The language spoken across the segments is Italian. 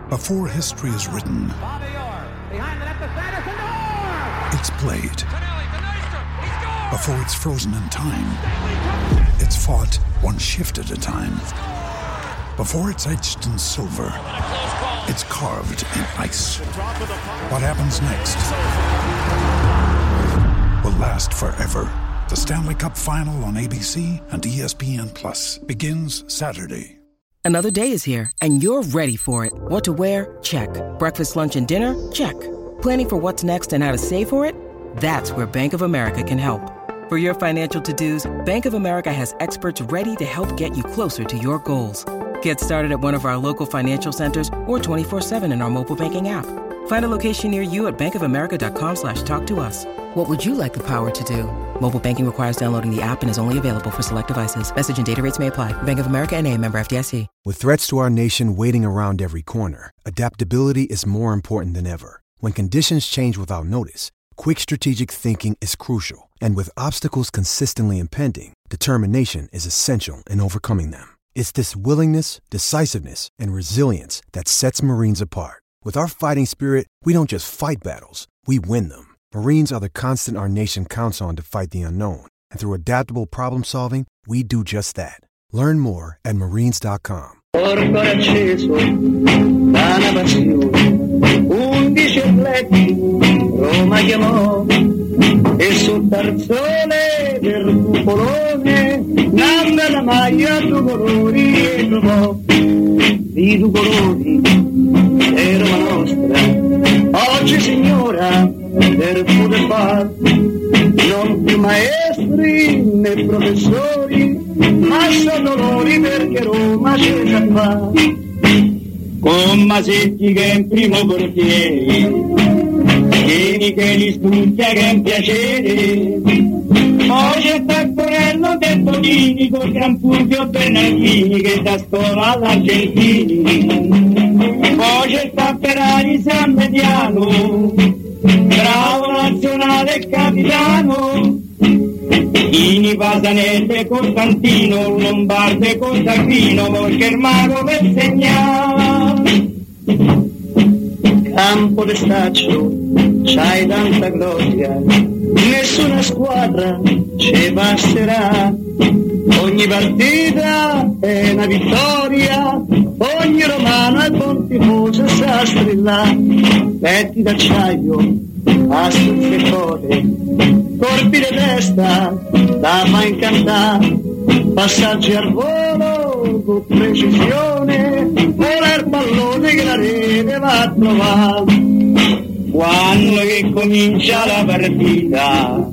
Before history is written, it's played. Before it's frozen in time, it's fought one shift at a time. Before it's etched in silver, it's carved in ice. What happens next will last forever. The Stanley Cup Final on ABC and ESPN Plus begins Saturday. Another day is here, and you're ready for it. What to wear? Check. Breakfast, lunch, and dinner? Check. Planning for what's next and how to save for it? That's where Bank of America can help. For your financial to-dos, Bank of America has experts ready to help get you closer to your goals. Get started at one of our local financial centers or 24/7 in our mobile banking app. Find a location near you at bankofamerica.com/talktous. What would you like the power to do? Mobile banking requires downloading the app and is only available for select devices. Message and data rates may apply. Bank of America NA, member FDIC. With threats to our nation waiting around every corner, adaptability is more important than ever. When conditions change without notice, quick strategic thinking is crucial. And with obstacles consistently impending, determination is essential in overcoming them. It's this willingness, decisiveness, and resilience that sets Marines apart. With our fighting spirit, we don't just fight battles, we win them. Marines are the constant our nation counts on to fight the unknown. And through adaptable problem solving, we do just that. Learn more at marines.com. Porto acceso da una passione, 11 atleti Roma chiamò e sul tarzone del cupolone nanda la maglia due colori e trovò di due colori è Roma nostra. Oggi signora del poter far non più maestri né professori, ma sono loro perché Roma c'è già fa. Con Masetti che è in primo portiere, Chieni che li studia che è un piacere, poi c'è Taccorello De Bonini con Gran Fulvio Bernardini che da scuola all'Argentini, poi c'è Tapperari San Mediano, bravo nazionale e capitano, Ini Pasanelle Costantino, Lombardo e Costantino, perché il mago per segnare. Campo de Staccio, c'hai tanta gloria, nessuna squadra ci passerà. Ogni partita è una vittoria, ogni romano è buon tifoso e sa strillare. Petti d'acciaio, ascolti e code, colpi di testa, da fa incantare, passaggi al volo con precisione, vola il pallone che la rete va a trovare. Quando che comincia la partita,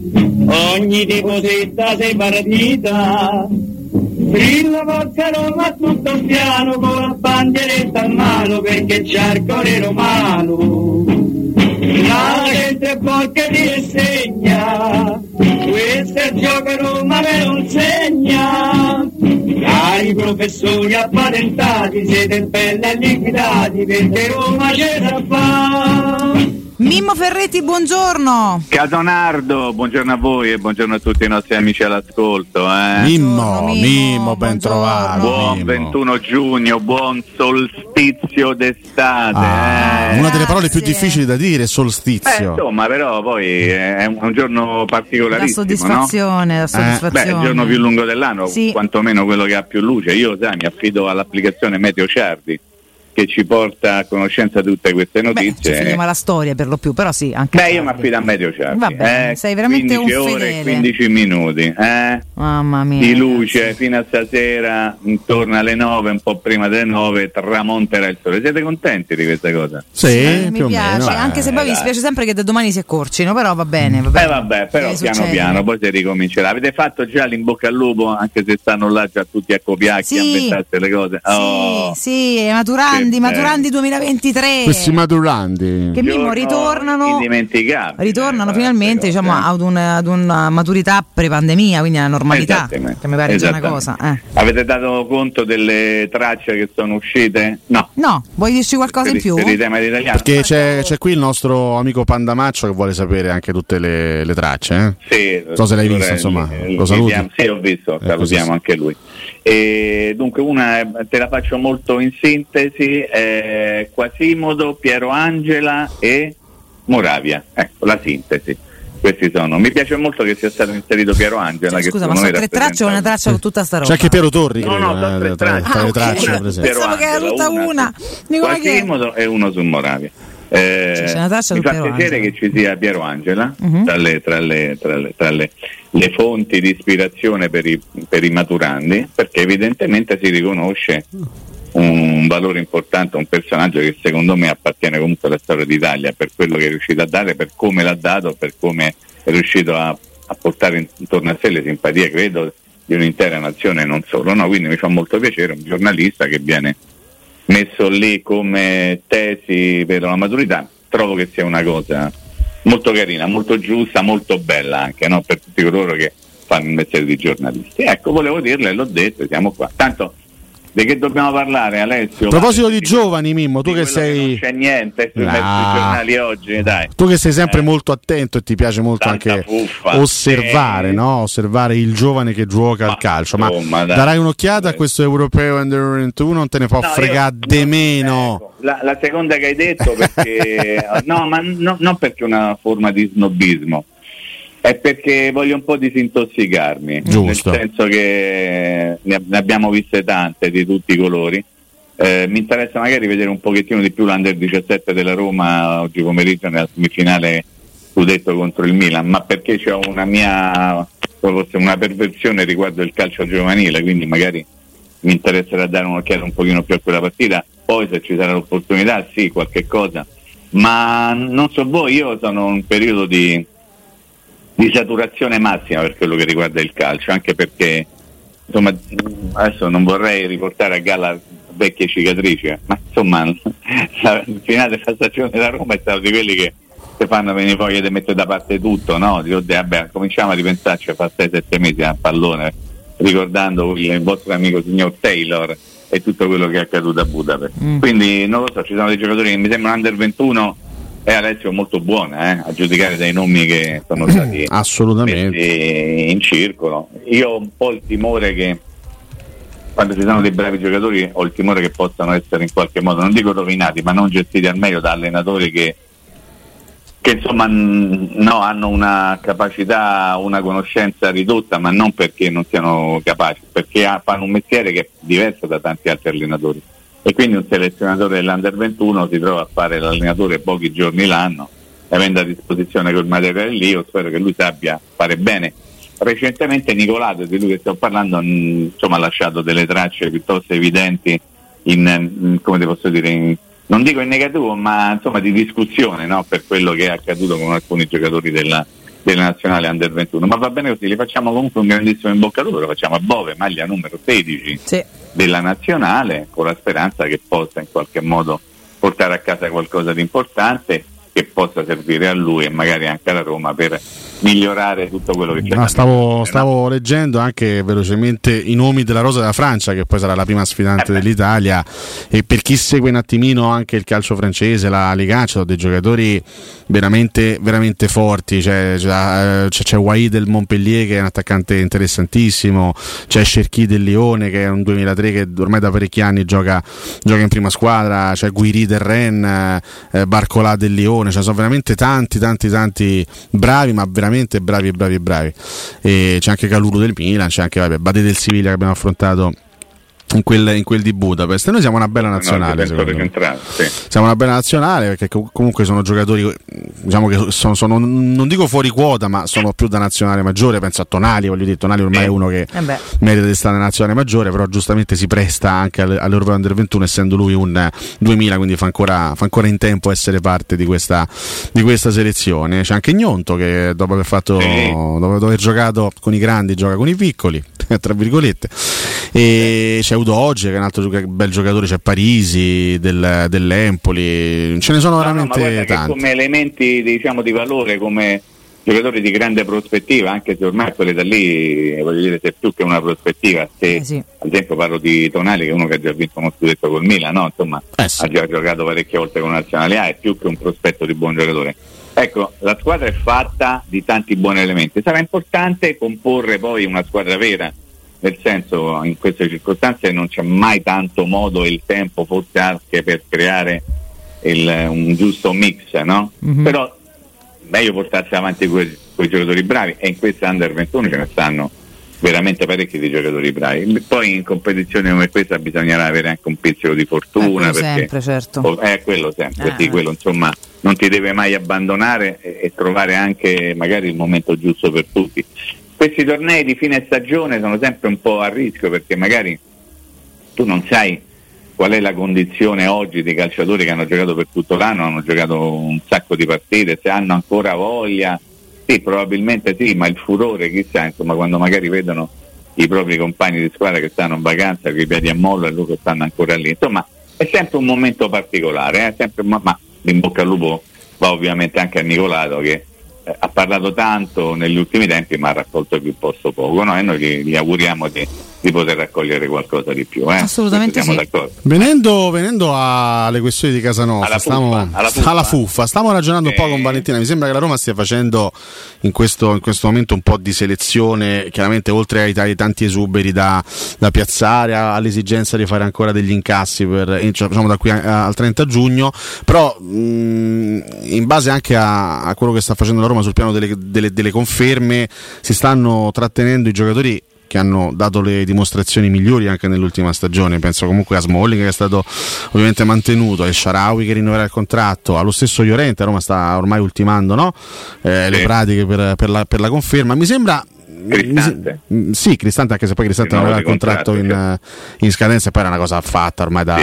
ogni tifosetta sei partita, strilla forza Roma a tutto piano con la bandieretta a mano perché c'è il cuore romano. La gente porca ti segna, questo è il gioco Roma me lo insegna. Cari professori appatentati, siete belli e liquidati perché Roma ce la fa. Mimmo Ferretti, buongiorno. Catonardo, buongiorno a voi e buongiorno a tutti i nostri amici all'ascolto. Mimmo, ben trovato. Buon Mimmo. 21 giugno, buon solstizio d'estate. Una delle parole più difficili da dire, solstizio. Insomma, però poi è un giorno particolarissimo. La soddisfazione. Beh, è il giorno più lungo dell'anno, sì. Quantomeno quello che ha più luce. Io, mi affido all'applicazione Meteo Ciardi, che ci porta a conoscenza di tutte queste notizie. Ci finiamo la storia per lo più, però sì, anche io mi affido a Meteo Ciardi. Vabbè, sei veramente 15 un ore fedele. e 15 minuti. Mamma mia. Di luce fino a stasera, intorno alle 9, un po' prima delle 9, tramonterà il sole. Siete contenti di questa cosa? Sì, mi piace, anche se poi mi dispiace sempre che da domani si accorcino, però va bene. Vabbè, però piano piano poi si ricomincerà. Avete fatto già l'in bocca al lupo, anche se stanno là già tutti a copiarsi, a inventarsi le cose? Sì, Maturandi 2023. Questi maturandi che Mimmo ritornano finalmente, diciamo, ad una maturità pre-pandemia, quindi alla normalità, che mi pare già una cosa. Avete dato conto delle tracce che sono uscite? No, vuoi dirci qualcosa in più? Per i temi italiani? Perché c'è qui il nostro amico Pandamaccio che vuole sapere anche tutte le tracce. Sì, non so se l'hai visto, insomma, lo saluti. Sì, ho visto, salutiamo anche lui. E dunque una te la faccio molto in sintesi, Sì, Quasimodo, Piero Angela e Moravia. Ecco la sintesi. Questi sono. Mi piace molto che sia stato inserito Piero Angela. Scusa, ma sono 3 tracce o una traccia con tutta sta roba? C'è anche Piero Torri, no, sono 3 tracce. Le tracce pensavo che era tutta una. Quasimodo e uno su Moravia. Mi fa piacere che ci sia Piero Angela tra le fonti di ispirazione per i maturandi, perché evidentemente si riconosce un valore importante, un personaggio che secondo me appartiene comunque alla storia d'Italia, per quello che è riuscito a dare, per come l'ha dato, per come è riuscito a portare intorno a sé le simpatie, credo, di un'intera nazione e non solo. No, quindi mi fa molto piacere un giornalista che viene messo lì come tesi per la maturità. Trovo che sia una cosa molto carina, molto giusta, molto bella anche, no? Per tutti coloro che fanno il mestiere di giornalisti. Ecco, volevo dirlo e l'ho detto, siamo qua. Tanto di che dobbiamo parlare, Alessio? A proposito di giovani, Mimmo, tu che sei... Che non c'è niente sui giornali oggi, dai. Tu che sei sempre molto attento e ti piace molto anche osservare, no? Osservare il giovane che gioca al calcio. Ma darai un'occhiata a questo europeo Under 21? Non te ne può fregare de meno? La seconda che hai detto, perché no, ma non perché è una forma di snobismo, è perché voglio un po' disintossicarmi. Giusto. Nel senso che ne abbiamo viste tante di tutti i colori. Mi interessa magari vedere un pochettino di più l'Under 17 della Roma oggi pomeriggio nella semifinale scudetto contro il Milan, ma perché c'è una perversione riguardo il calcio giovanile, quindi magari mi interesserà dare un'occhiata un pochino più a quella partita. Poi se ci sarà l'opportunità, sì, qualche cosa, ma non so voi, io sono in un periodo di saturazione massima per quello che riguarda il calcio, anche perché insomma adesso non vorrei riportare a galla vecchie cicatrici, ma insomma il finale della stagione della Roma è stato di quelli che ti fanno venire voglia di mettere da parte tutto, no? Vabbè, cominciamo a ripensarci, fa 6-7 mesi a pallone, ricordando il vostro amico signor Taylor e tutto quello che è accaduto a Budapest. Quindi non lo so, ci sono dei giocatori che mi sembrano Under 21 e Alessio molto buona, a giudicare dai nomi che sono stati assolutamente messi in circolo. Io ho un po' il timore che quando ci sono dei bravi giocatori ho il timore che possano essere in qualche modo, non dico rovinati, ma non gestiti al meglio da allenatori che insomma hanno una capacità, una conoscenza ridotta, ma non perché non siano capaci, perché fanno un mestiere che è diverso da tanti altri allenatori. E quindi un selezionatore dell'Under 21 si trova a fare l'allenatore pochi giorni l'anno, avendo a disposizione quel materiale lì. Io spero che lui sappia fare bene. Recentemente Nicolato, di lui che stiamo parlando, ha lasciato delle tracce piuttosto evidenti come ti posso dire, non dico in negativo, ma insomma di discussione, no? Per quello che è accaduto con alcuni giocatori della nazionale Under 21. Ma va bene così, li facciamo comunque un grandissimo in bocca al lupo, lo facciamo a Bove, maglia numero 16 della nazionale, con la speranza che possa in qualche modo portare a casa qualcosa di importante che possa servire a lui e magari anche alla Roma per migliorare tutto quello che c'è. Stavo leggendo anche velocemente i nomi della rosa della Francia, che poi sarà la prima sfidante dell'Italia, e per chi segue un attimino anche il calcio francese, la Ligue 1, sono dei giocatori veramente veramente forti. C'è Wai del Montpellier, che è un attaccante interessantissimo, c'è Cherki del Lione, che è un 2003 che ormai da parecchi anni gioca in prima squadra, c'è Guiri del Rennes, Barcola del Lione, sono veramente tanti bravi, ma veramente bravi. E c'è anche Calulu del Milan, c'è anche Bade del Siviglia che abbiamo affrontato in quel di Budapest. Noi siamo una bella nazionale, siamo una bella nazionale, perché comunque sono giocatori, diciamo, che sono non dico fuori quota, ma sono più da nazionale maggiore. Penso a Tonali, Tonali ormai è uno che merita di stare nella nazionale maggiore, però giustamente si presta anche all'Europeo Under 21, essendo lui un 2000, quindi fa ancora in tempo a essere parte di questa selezione. C'è anche Gnonto, che dopo aver giocato con i grandi gioca con i piccoli, tra virgolette, e c'è Udoge, che è un altro bel giocatore, c'è Parisi dell'Empoli, ce ne sono veramente tanti. Come elementi, diciamo, di valore, come giocatori di grande prospettiva, anche se ormai quelle da lì, voglio dire, se più che una prospettiva, se ad esempio parlo di Tonali, che è uno che ha già vinto uno scudetto col Milan, no? Insomma, ha già giocato parecchie volte con la nazionale A, è più che un prospetto di buon giocatore. Ecco, la squadra è fatta di tanti buoni elementi, sarà importante comporre poi una squadra vera, nel senso, in queste circostanze non c'è mai tanto modo e il tempo forse anche per creare un giusto mix, no? Mm-hmm. Però meglio portarsi avanti quei giocatori bravi, e in queste Under 21 ce ne stanno veramente parecchi di giocatori bravi. Poi in competizioni come questa bisognerà avere anche un pizzico di fortuna, perché sempre, certo. Quello sempre, sì, quello insomma non ti deve mai abbandonare e trovare anche magari il momento giusto per tutti. Questi tornei di fine stagione sono sempre un po' a rischio, perché magari tu non sai qual è la condizione oggi dei calciatori che hanno giocato per tutto l'anno, hanno giocato un sacco di partite, se hanno ancora voglia. Sì, probabilmente sì, ma il furore, chissà, insomma, quando magari vedono i propri compagni di squadra che stanno in vacanza, con i piedi a mollo, e loro stanno ancora lì. Insomma, è sempre un momento particolare, sempre, ma in bocca al lupo va ovviamente anche a Nicolato, che ha parlato tanto negli ultimi tempi ma ha raccolto piuttosto poco, no? E noi gli auguriamo di poter raccogliere qualcosa di più. Assolutamente siamo sì. d'accordo. Venendo alle questioni di casa nostra, alla fuffa, stiamo ragionando un po' con Valentina. Mi sembra che la Roma stia facendo in questo momento un po' di selezione, chiaramente oltre ai tanti esuberi da piazzare, all'esigenza di fare ancora degli incassi facciamo da qui al 30 giugno, però in base anche a quello che sta facendo la Roma sul piano delle conferme, si stanno trattenendo i giocatori che hanno dato le dimostrazioni migliori anche nell'ultima stagione. Penso comunque a Smalling, che è stato ovviamente mantenuto, e Shaarawy che rinnoverà il contratto, allo stesso Llorente. Roma sta ormai ultimando, no? Le pratiche per la conferma. Mi sembra Cristante. Sì, Cristante, anche se poi Cristante non aveva il contratto in scadenza, e poi era una cosa fatta ormai da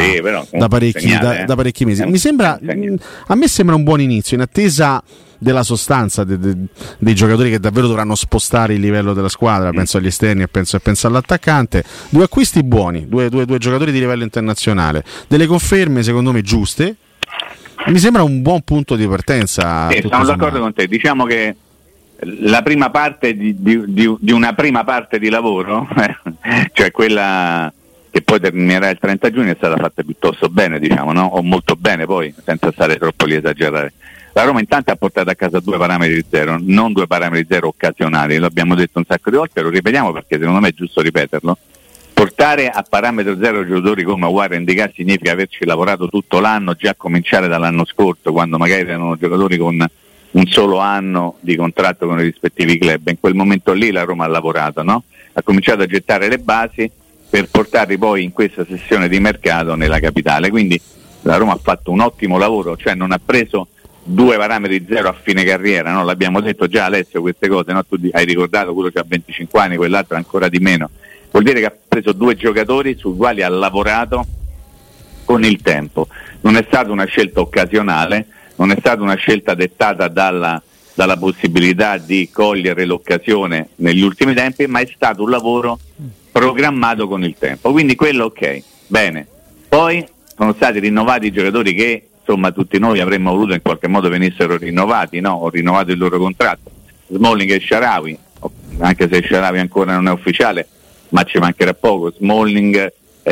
parecchi mesi. Mi sembra, a me sembra un buon inizio, in attesa della sostanza dei giocatori che davvero dovranno spostare il livello della squadra. Penso agli esterni e penso all'attaccante. Due acquisti buoni, due giocatori di livello internazionale, delle conferme secondo me giuste. Mi sembra un buun punto di partenza. Sono d'accordo con te. Diciamo che la prima parte di una prima parte di lavoro, cioè quella che poi terminerà il 30 giugno, è stata fatta piuttosto bene, diciamo, no? O molto bene, poi, senza stare troppo lì a esagerare. La Roma intanto ha portato a casa 2 parametri zero, non 2 parametri zero occasionali, lo abbiamo detto un sacco di volte, lo ripetiamo perché secondo me è giusto ripeterlo. Portare a parametro zero giocatori come Warren Ndicà significa averci lavorato tutto l'anno, già a cominciare dall'anno scorso, quando magari erano giocatori con un solo anno di contratto con i rispettivi club. In quel momento lì la Roma ha lavorato, no? Ha cominciato a gettare le basi per portarli poi in questa sessione di mercato nella capitale. Quindi la Roma ha fatto un ottimo lavoro, cioè non ha preso 2 parametri zero a fine carriera, no? L'abbiamo detto già, Alessio, queste cose, no? Tu hai ricordato, quello c'ha 25 anni, quell'altro ancora di meno. Vuol dire che ha preso 2 giocatori sui quali ha lavorato con il tempo. Non è stata una scelta occasionale, non è stata una scelta dettata dalla possibilità di cogliere l'occasione negli ultimi tempi, ma è stato un lavoro programmato con il tempo. Quindi quello ok, bene. Poi sono stati rinnovati i giocatori che insomma tutti noi avremmo voluto in qualche modo venissero rinnovati, no? Ho rinnovato il loro contratto, Smalling e Shaarawy, anche se Shaarawy ancora non è ufficiale, ma ci mancherà poco. Smalling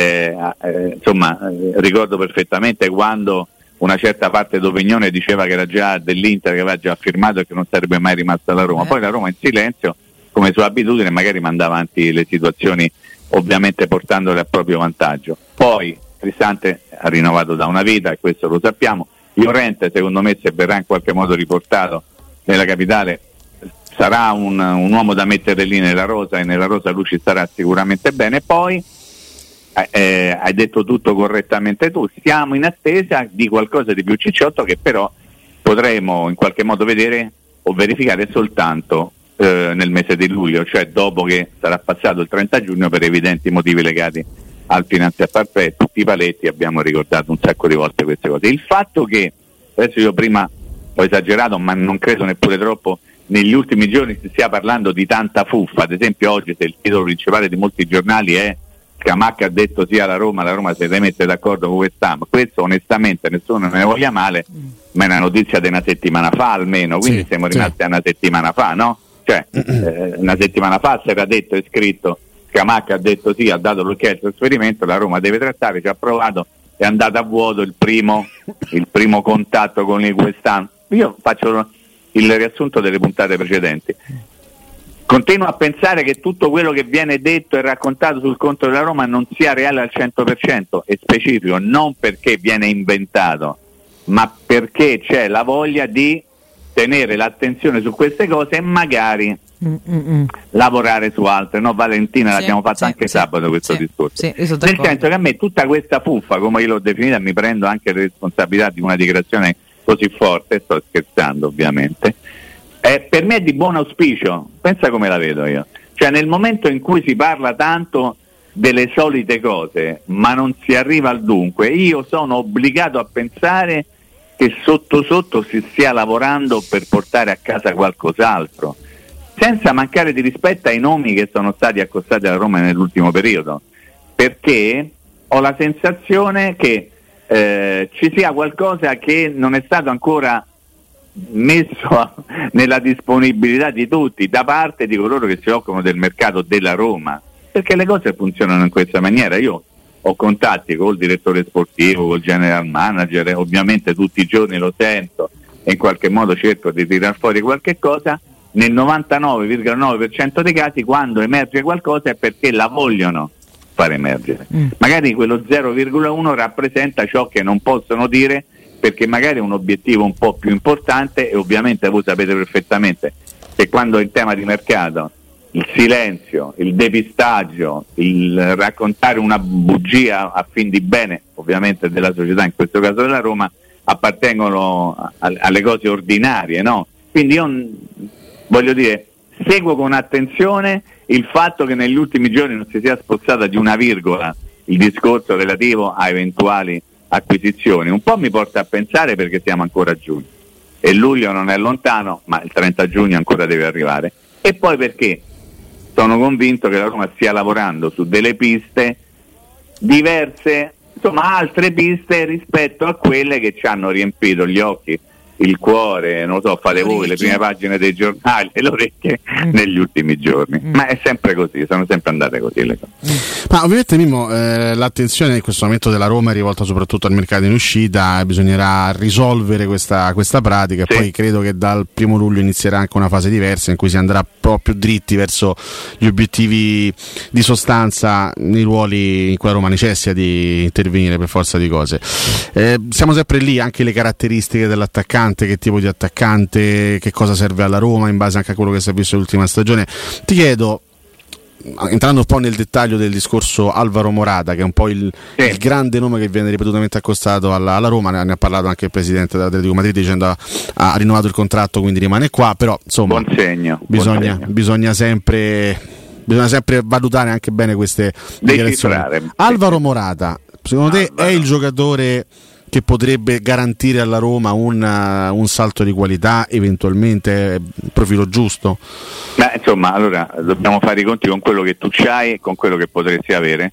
ricordo perfettamente quando una certa parte d'opinione diceva che era già dell'Inter, che aveva già firmato e che non sarebbe mai rimasto alla Roma. Poi la Roma in silenzio, come sua abitudine, magari mandava avanti le situazioni, ovviamente portandole a proprio vantaggio. Poi Cristante ha rinnovato da una vita, e questo lo sappiamo. Llorente, secondo me, se verrà in qualche modo riportato nella capitale, sarà un uomo da mettere lì nella rosa, e nella rosa lui ci starà sicuramente bene. Poi hai detto tutto correttamente tu, siamo in attesa di qualcosa di più cicciotto, che però potremo in qualche modo vedere o verificare soltanto nel mese di luglio, cioè dopo che sarà passato il 30 giugno, per evidenti motivi legati al finanziario parfait. Tutti i paletti, abbiamo ricordato un sacco di volte queste cose. Il fatto che, adesso io prima ho esagerato, ma non credo neppure troppo, negli ultimi giorni si stia parlando di tanta fuffa. Ad esempio oggi, se il titolo principale di molti giornali è Scamacca ha detto sì alla Roma si deve mettere d'accordo con quest'anno, questo onestamente nessuno ne voglia male, ma è una notizia di una settimana fa almeno, quindi sì, siamo rimasti a una settimana fa, no? Cioè una settimana fa si era detto e scritto, Scamacca ha detto sì, ha dato l'ok al trasferimento, la Roma deve trattare, ci ha provato, è andato a vuoto il primo contatto con il quest'anno. Io faccio il riassunto delle puntate precedenti. Continuo a pensare che tutto quello che viene detto e raccontato sul conto della Roma non sia reale al 100% e specifico, non perché viene inventato, ma perché c'è la voglia di tenere l'attenzione su queste cose e magari lavorare su altre. No, Valentina, l'abbiamo fatto anche sabato questo discorso. Nel senso che a me tutta questa fuffa, come io l'ho definita, mi prendo anche le responsabilità di una dichiarazione così forte, sto scherzando ovviamente, per me è di buon auspicio. Pensa come la vedo io, cioè nel momento in cui si parla tanto delle solite cose ma non si arriva al dunque, io sono obbligato a pensare che sotto sotto si stia lavorando per portare a casa qualcos'altro, senza mancare di rispetto ai nomi che sono stati accostati alla Roma nell'ultimo periodo, perché ho la sensazione che ci sia qualcosa che non è stato ancora messo nella disponibilità di tutti, da parte di coloro che si occupano del mercato della Roma, perché le cose funzionano in questa maniera. Io ho contatti col direttore sportivo, col general manager, ovviamente tutti i giorni lo sento e in qualche modo cerco di tirar fuori qualche cosa. Nel 99,9% dei casi quando emerge qualcosa è perché la vogliono far emergere. Magari quello 0,1 rappresenta ciò che non possono dire, perché magari è un obiettivo un po' più importante, e ovviamente voi sapete perfettamente che quando il tema di mercato, il silenzio, il depistaggio, il raccontare una bugia a fin di bene, ovviamente della società, in questo caso della Roma, appartengono alle cose ordinarie, no? Quindi io voglio dire, seguo con attenzione il fatto che negli ultimi giorni non si sia spostata di una virgola il discorso relativo a eventuali acquisizioni. Un po' mi porta a pensare perché siamo ancora a giugno e luglio non è lontano, ma il 30 giugno ancora deve arrivare, e poi perché sono convinto che la Roma stia lavorando su delle piste diverse, insomma altre piste rispetto a quelle che ci hanno riempito gli occhi, il cuore, non lo so, fate voi le prime pagine dei giornali e le orecchie negli ultimi giorni, ma è sempre così, sono sempre andate così le cose. Ma ovviamente Mimmo, l'attenzione in questo momento della Roma è rivolta soprattutto al mercato in uscita, bisognerà risolvere questa pratica, e poi credo che dal 1 luglio inizierà anche una fase diversa in cui si andrà proprio dritti verso gli obiettivi di sostanza nei ruoli in cui la Roma necessita di intervenire per forza di cose. Siamo sempre lì, anche le caratteristiche dell'attaccante, che tipo di attaccante, che cosa serve alla Roma in base anche a quello che si è visto nell'ultima stagione. Ti chiedo, entrando un po' nel dettaglio del discorso Alvaro Morata, che è un po' il grande nome che viene ripetutamente accostato alla Roma, ne ha parlato anche il presidente dell'Atletico Madrid dicendo ha rinnovato il contratto, quindi rimane qua, però insomma buon segno. Bisogna sempre valutare anche bene queste dichiarazioni. Alvaro Morata, secondo te è il giocatore che potrebbe garantire alla Roma un salto di qualità, eventualmente profilo giusto? Beh, insomma, allora dobbiamo fare i conti con quello che tu c'hai e con quello che potresti avere.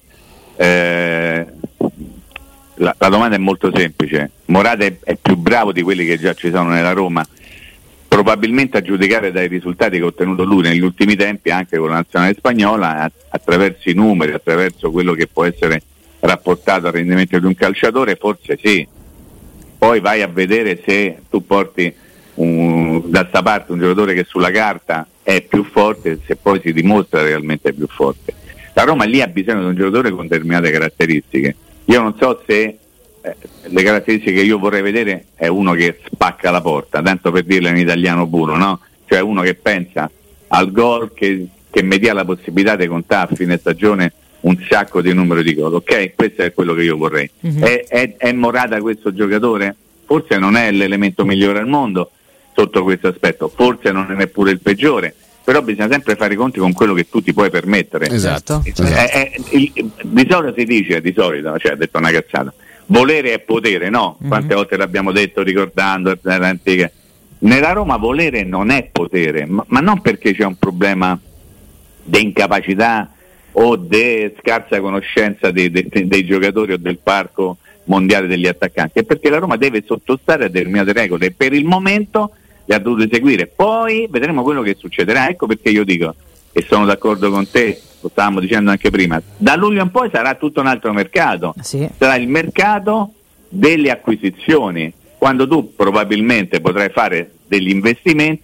La domanda è molto semplice. Morata è più bravo di quelli che già ci sono nella Roma, probabilmente a giudicare dai risultati che ha ottenuto lui negli ultimi tempi anche con la nazionale spagnola, attraverso i numeri, attraverso quello che può essere rapportato al rendimento di un calciatore, forse sì. Poi vai a vedere se tu porti da sta parte un giocatore che sulla carta è più forte, se poi si dimostra realmente più forte. La Roma lì ha bisogno di un giocatore con determinate caratteristiche. Io non so se le caratteristiche che io vorrei vedere è uno che spacca la porta, tanto per dirla in italiano puro, no? Cioè uno che pensa al gol, che mi dia la possibilità di contare a fine stagione un sacco di numero di gol, ok? Questo è quello che io vorrei. È Morata questo giocatore? Forse non è l'elemento migliore al mondo sotto questo aspetto, forse non è neppure il peggiore, però bisogna sempre fare i conti con quello che tu ti puoi permettere. Esatto. Di solito si dice, cioè ha detto una cazzata, volere è potere, no? Quante volte l'abbiamo detto ricordando le antiche. Nella Roma volere non è potere, ma non perché c'è un problema di incapacità o di scarsa conoscenza dei giocatori o del parco mondiale degli attaccanti, è perché la Roma deve sottostare a determinate regole e per il momento le ha dovute seguire, poi vedremo quello che succederà. Ecco perché io dico, e sono d'accordo con te, lo stavamo dicendo anche prima, da luglio in poi sarà tutto un altro mercato, sarà il mercato delle acquisizioni, quando tu probabilmente potrai fare degli investimenti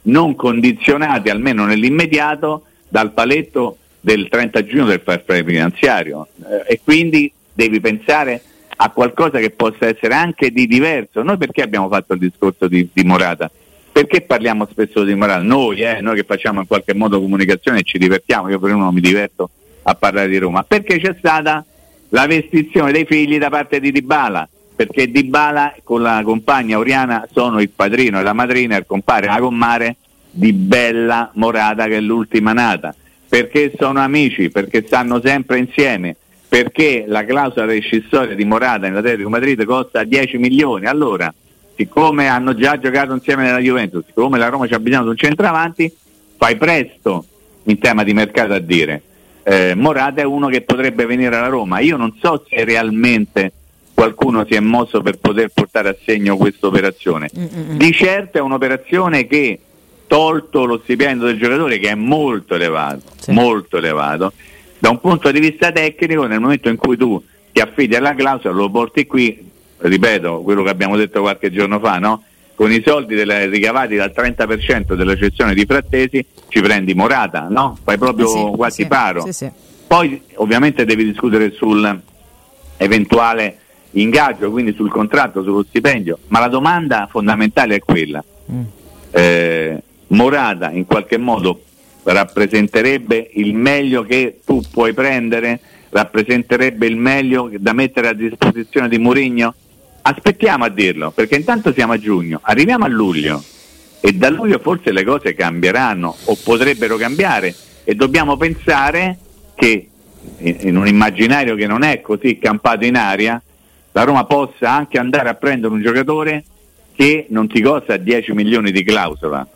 non condizionati, almeno nell'immediato, dal paletto del 30 giugno del fair play finanziario, e quindi devi pensare a qualcosa che possa essere anche di diverso. Noi perché abbiamo fatto il discorso di Morata? Perché parliamo spesso di Morata? Noi che facciamo in qualche modo comunicazione e ci divertiamo, io per uno mi diverto a parlare di Roma, perché c'è stata la vestizione dei figli da parte di Dybala, perché Dybala con la compagna Oriana sono il padrino e la madrina, il compare e la commare di Bella Morata, che è l'ultima nata, perché sono amici, perché stanno sempre insieme, perché la clausola rescissoria di Morata nell'Atletico Madrid costa 10 milioni. Allora, siccome hanno già giocato insieme nella Juventus, siccome la Roma ci ha bisogno di un centravanti, fai presto in tema di mercato a dire Morata è uno che potrebbe venire alla Roma. Io non so se realmente qualcuno si è mosso per poter portare a segno questa operazione. Di certo è un'operazione che, tolto lo stipendio del giocatore, che è molto elevato, molto elevato, da un punto di vista tecnico, nel momento in cui tu ti affidi alla clausola, lo porti qui, ripeto quello che abbiamo detto qualche giorno fa, no? Con i soldi ricavati dal 30% della cessione di Frattesi ci prendi Morata, no? Fai proprio quasi paro. Poi ovviamente devi discutere sul eventuale ingaggio, quindi sul contratto, sullo stipendio, ma la domanda fondamentale è quella. Morata in qualche modo rappresenterebbe il meglio che tu puoi prendere, rappresenterebbe il meglio da mettere a disposizione di Mourinho? Aspettiamo a dirlo, perché intanto siamo a giugno, arriviamo a luglio e da luglio forse le cose cambieranno o potrebbero cambiare, e dobbiamo pensare che in un immaginario che non è così campato in aria, la Roma possa anche andare a prendere un giocatore che non ti costa 10 milioni di clausola.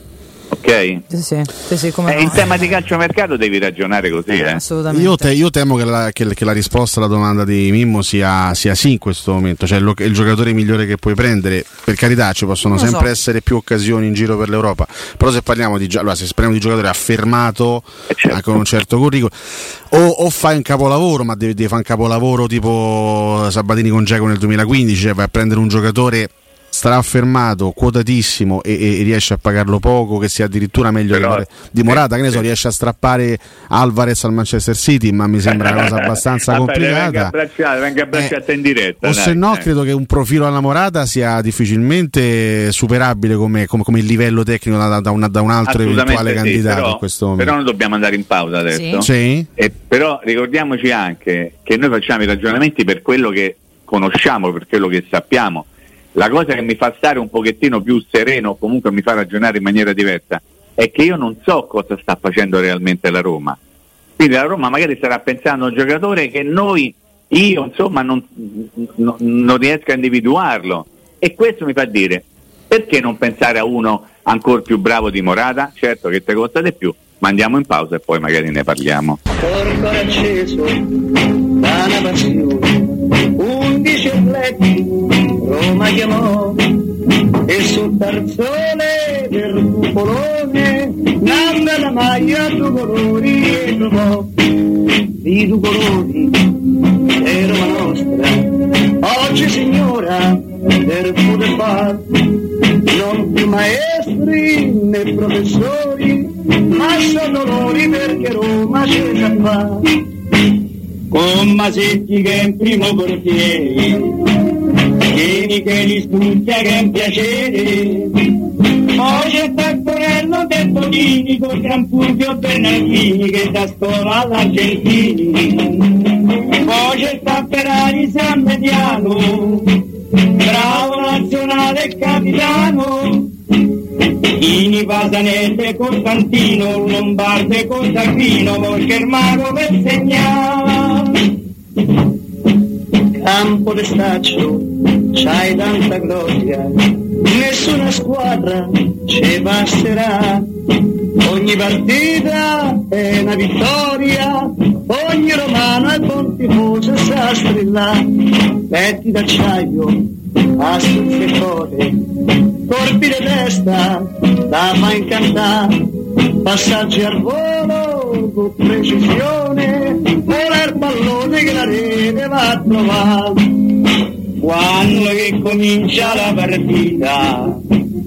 Ok? Sì, come in tema di calciomercato devi ragionare così. Assolutamente. Io temo che la risposta alla domanda di Mimmo sia sì in questo momento, cioè il giocatore migliore che puoi prendere. Per carità, ci possono sempre essere più occasioni in giro per l'Europa, però se parliamo di giocatore affermato, con un certo curriculum, o fai un capolavoro, ma devi fare un capolavoro tipo Sabatini con Dzeko nel 2015, cioè vai a prendere un giocatore straaffermato, quotatissimo e riesce a pagarlo poco, che sia addirittura meglio di Morata, che ne so, riesce a strappare Alvarez al Manchester City, ma mi sembra una cosa abbastanza complicata. Venga abbracciata in diretta. O se no, credo che un profilo alla Morata sia difficilmente superabile come il livello tecnico da un altro eventuale candidato però, in questo momento. Però noi dobbiamo andare in pausa adesso. Sì. Però ricordiamoci anche che noi facciamo i ragionamenti per quello che conosciamo, per quello che sappiamo. La cosa che mi fa stare un pochettino più sereno, o comunque mi fa ragionare in maniera diversa, è che io non so cosa sta facendo realmente la Roma. Quindi la Roma magari starà pensando a un giocatore che io insomma non riesco a individuarlo, e questo mi fa dire: perché non pensare a uno ancora più bravo di Morata? Certo che te costa di più, ma andiamo in pausa e poi magari ne parliamo. Corpo acceso da una passione, 11 atleti Roma chiamò, e sul tarzone del cupolone nanda la maglia due colori e trovò di due colori è Roma nostra. Oggi signora per poter far non più maestri né professori, ma sono loro, perché Roma ce la fa. Con Masetti che è in primo portiere, Vieni che li studia che è un piacere. Poi c'è Taccorello del Bonini con Gran Fulvio Bernardini che da scuola all'Argentini. Poi c'è Ferrari San Mediano, bravo nazionale e capitano. Ini Pasanelle Costantino, Lombardo con Taccino, perché il mago per segnare. Campo de staccio, c'hai tanta gloria, nessuna squadra ci passerà. Ogni partita è una vittoria, ogni romano è buon tifoso sa strillare. Petti d'acciaio, assunti e code, colpi di testa, da fa incantare. Passaggi al volo con precisione, vola il pallone che la rete va a trovare. Quando che comincia la partita,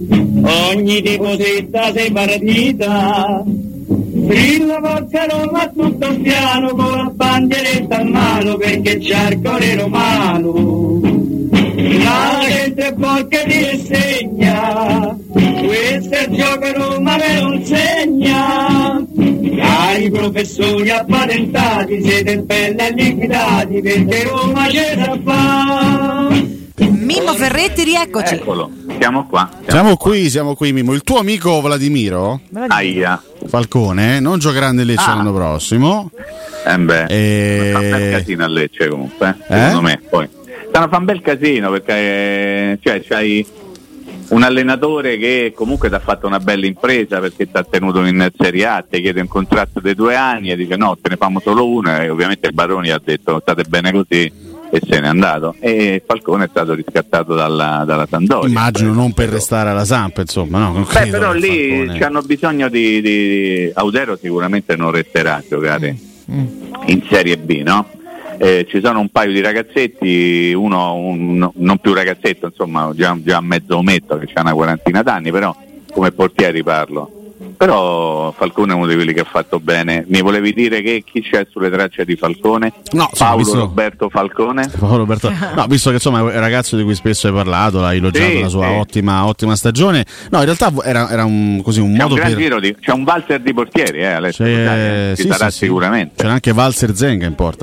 ogni tiposetta sei partita, strilla forza Roma tutto piano con la bandieretta a mano perché c'è il cuore romano, la gente porca ti insegna, questo è il gioco Roma me lo insegna, cari professori appatentati siete belli e liquidati perché Roma ce la fa. Mimmo Ferretti, rieccoci. Eccolo, siamo qua. Siamo qui Mimmo. Il tuo amico Vladimiro Aia. Falcone non giocherà nel Lecce l'anno prossimo. Fa un bel casino a Lecce comunque, secondo me. Poi stanno a fare un bel casino perché c'hai un allenatore che comunque ti ha fatto una bella impresa perché ti ha tenuto in Serie A, ti chiede un contratto di 2 anni e dice no, te ne famo solo uno, e ovviamente il Baroni ha detto state bene così e se n'è andato, e Falcone è stato riscattato dalla Sampdoria. Immagino non per restare alla Samp, insomma, no? Però lì hanno bisogno di Audero, sicuramente non resterà a giocare in Serie B, no? Ci sono un paio di ragazzetti, uno non più ragazzetto, insomma già mezzo ometto, che ha una quarantina d'anni, però come portieri parlo. Però Falcone è uno di quelli che ha fatto bene. Mi volevi dire che chi c'è sulle tracce di Falcone? No, Roberto Falcone? No, visto che insomma è un ragazzo di cui spesso hai parlato, l'hai elogiato la sua ottima stagione. No, in realtà era un modo per... C'è un valzer di portieri, Alessio. Ci sarà sicuramente. C'era anche Valzer Zenga in porta.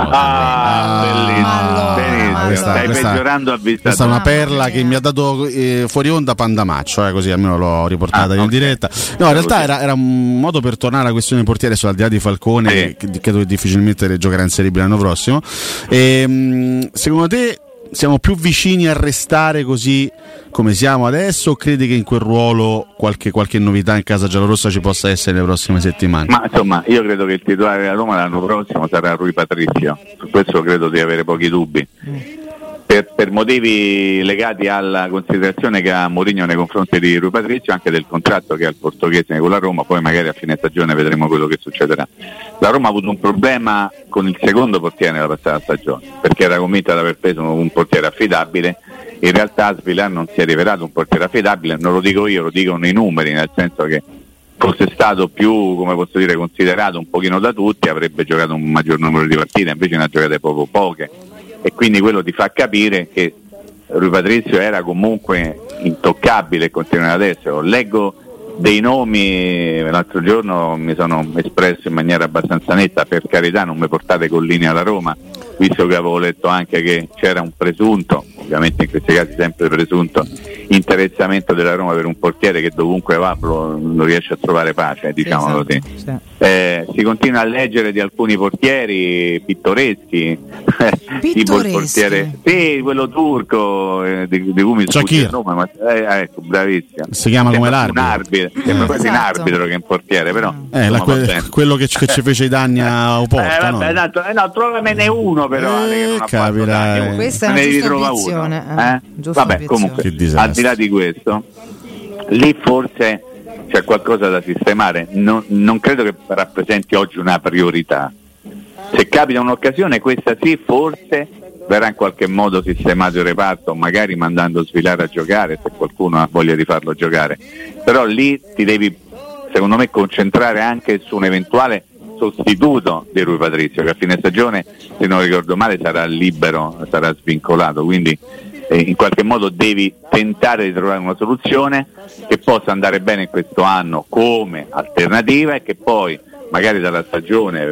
Bellissimo. Stai peggiorando a vista. Questa è una perla che mi ha dato fuori onda Pandamaccio, così almeno l'ho riportata in diretta. No, in realtà era un modo per tornare alla questione portiere, al di là di Falcone, che credo che difficilmente giocherà in Serie B l'anno prossimo. Secondo te siamo più vicini a restare così come siamo adesso, o credi che in quel ruolo qualche novità in casa giallorossa ci possa essere nelle prossime settimane? Ma insomma, io credo che il titolare della Roma l'anno prossimo sarà Rui Patrizio, su questo credo di avere pochi dubbi. Per motivi legati alla considerazione che ha Mourinho nei confronti di Rui Patrizio, anche del contratto che ha il portoghese con la Roma, poi magari a fine stagione vedremo quello che succederà. La Roma ha avuto un problema con il secondo portiere nella passata stagione, perché era convinta di aver preso un portiere affidabile. In realtà Svilar non si è rivelato un portiere affidabile, non lo dico io, lo dicono i numeri, nel senso che fosse stato più, come posso dire, considerato un pochino da tutti, avrebbe giocato un maggior numero di partite, invece ne ha giocate poche. E quindi quello ti fa capire che Rui Patrizio era comunque intoccabile e continuerà ad essere. Leggo dei nomi, l'altro giorno mi sono espresso in maniera abbastanza netta, per carità non mi portate con linea alla Roma, visto che avevo letto anche che c'era un presunto, ovviamente in questi casi sempre presunto, interessamento della Roma per un portiere che dovunque va non riesce a trovare pace, diciamolo così. Si continua a leggere di alcuni portieri pittoreschi, tipo il portiere, quello turco, di cui mi sfugge il nome, ma ecco, bravissimo. Si chiama come l'arbitro. Sembra quasi un arbitro che è un portiere, però quello che ci fece i danni a Oporto. No, trovamene uno però. Capirà. Questa è una giusta obiezione. Vabbè, comunque, al di là di questo, lì forse c'è qualcosa da sistemare. Non credo che rappresenti oggi una priorità. Se capita un'occasione, questa sì, forse verrà in qualche modo sistemato il reparto, magari mandando Svilar a giocare se qualcuno ha voglia di farlo giocare, però lì ti devi, secondo me, concentrare anche su un eventuale sostituto di Rui Patrizio, che a fine stagione, se non ricordo male, sarà libero, sarà svincolato, quindi in qualche modo devi tentare di trovare una soluzione che possa andare bene in questo anno come alternativa e che poi magari dalla stagione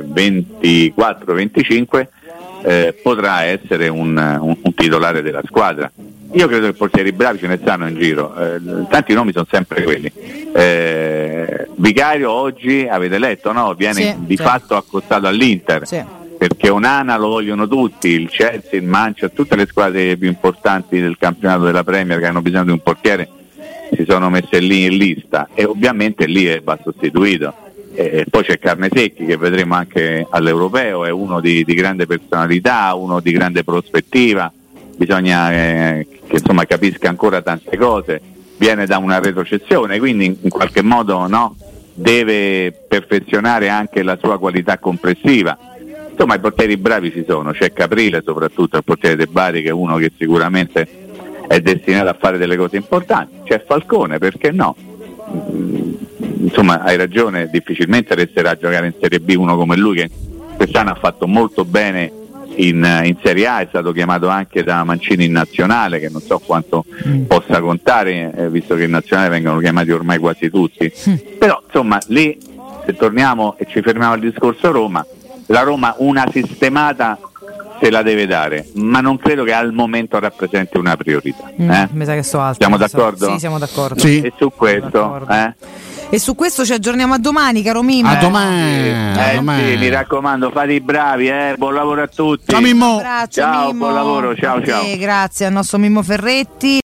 24-25 potrà essere un titolare della squadra. Io credo che portieri bravi ce ne stanno in giro, tanti nomi sono sempre quelli. Vicario oggi, avete letto, no? Viene fatto accostato all'Inter, perché Onana lo vogliono tutti, il Chelsea, il Manchester, tutte le squadre più importanti del campionato della Premier che hanno bisogno di un portiere si sono messe lì in lista, e ovviamente lì va sostituito. Poi c'è Carnesecchi, che vedremo anche all'Europeo, è uno di grande personalità, uno di grande prospettiva, bisogna che insomma capisca ancora tante cose, viene da una retrocessione, quindi in qualche modo deve perfezionare anche la sua qualità complessiva. Insomma, i portieri bravi ci sono, c'è Caprile soprattutto, il portiere De Bari, che è uno che sicuramente è destinato a fare delle cose importanti. C'è Falcone, perché no? Insomma, hai ragione, difficilmente resterà a giocare in Serie B uno come lui, che quest'anno ha fatto molto bene in Serie A, è stato chiamato anche da Mancini in nazionale, che non so quanto possa contare, visto che in nazionale vengono chiamati ormai quasi tutti. Però insomma lì, se torniamo e ci fermiamo al discorso Roma, la Roma una sistemata se la deve dare, ma non credo che al momento rappresenti una priorità. Mi sa che so altro. Siamo d'accordo? Sì, siamo d'accordo. Sì. E su questo E su questo ci aggiorniamo a domani, caro Mimmo. A domani. Sì, mi raccomando, fate i bravi, buon lavoro a tutti. Ciao Mimmo. Un abbraccio, ciao, Mimmo. buon lavoro, ciao. Grazie al nostro Mimmo Ferretti.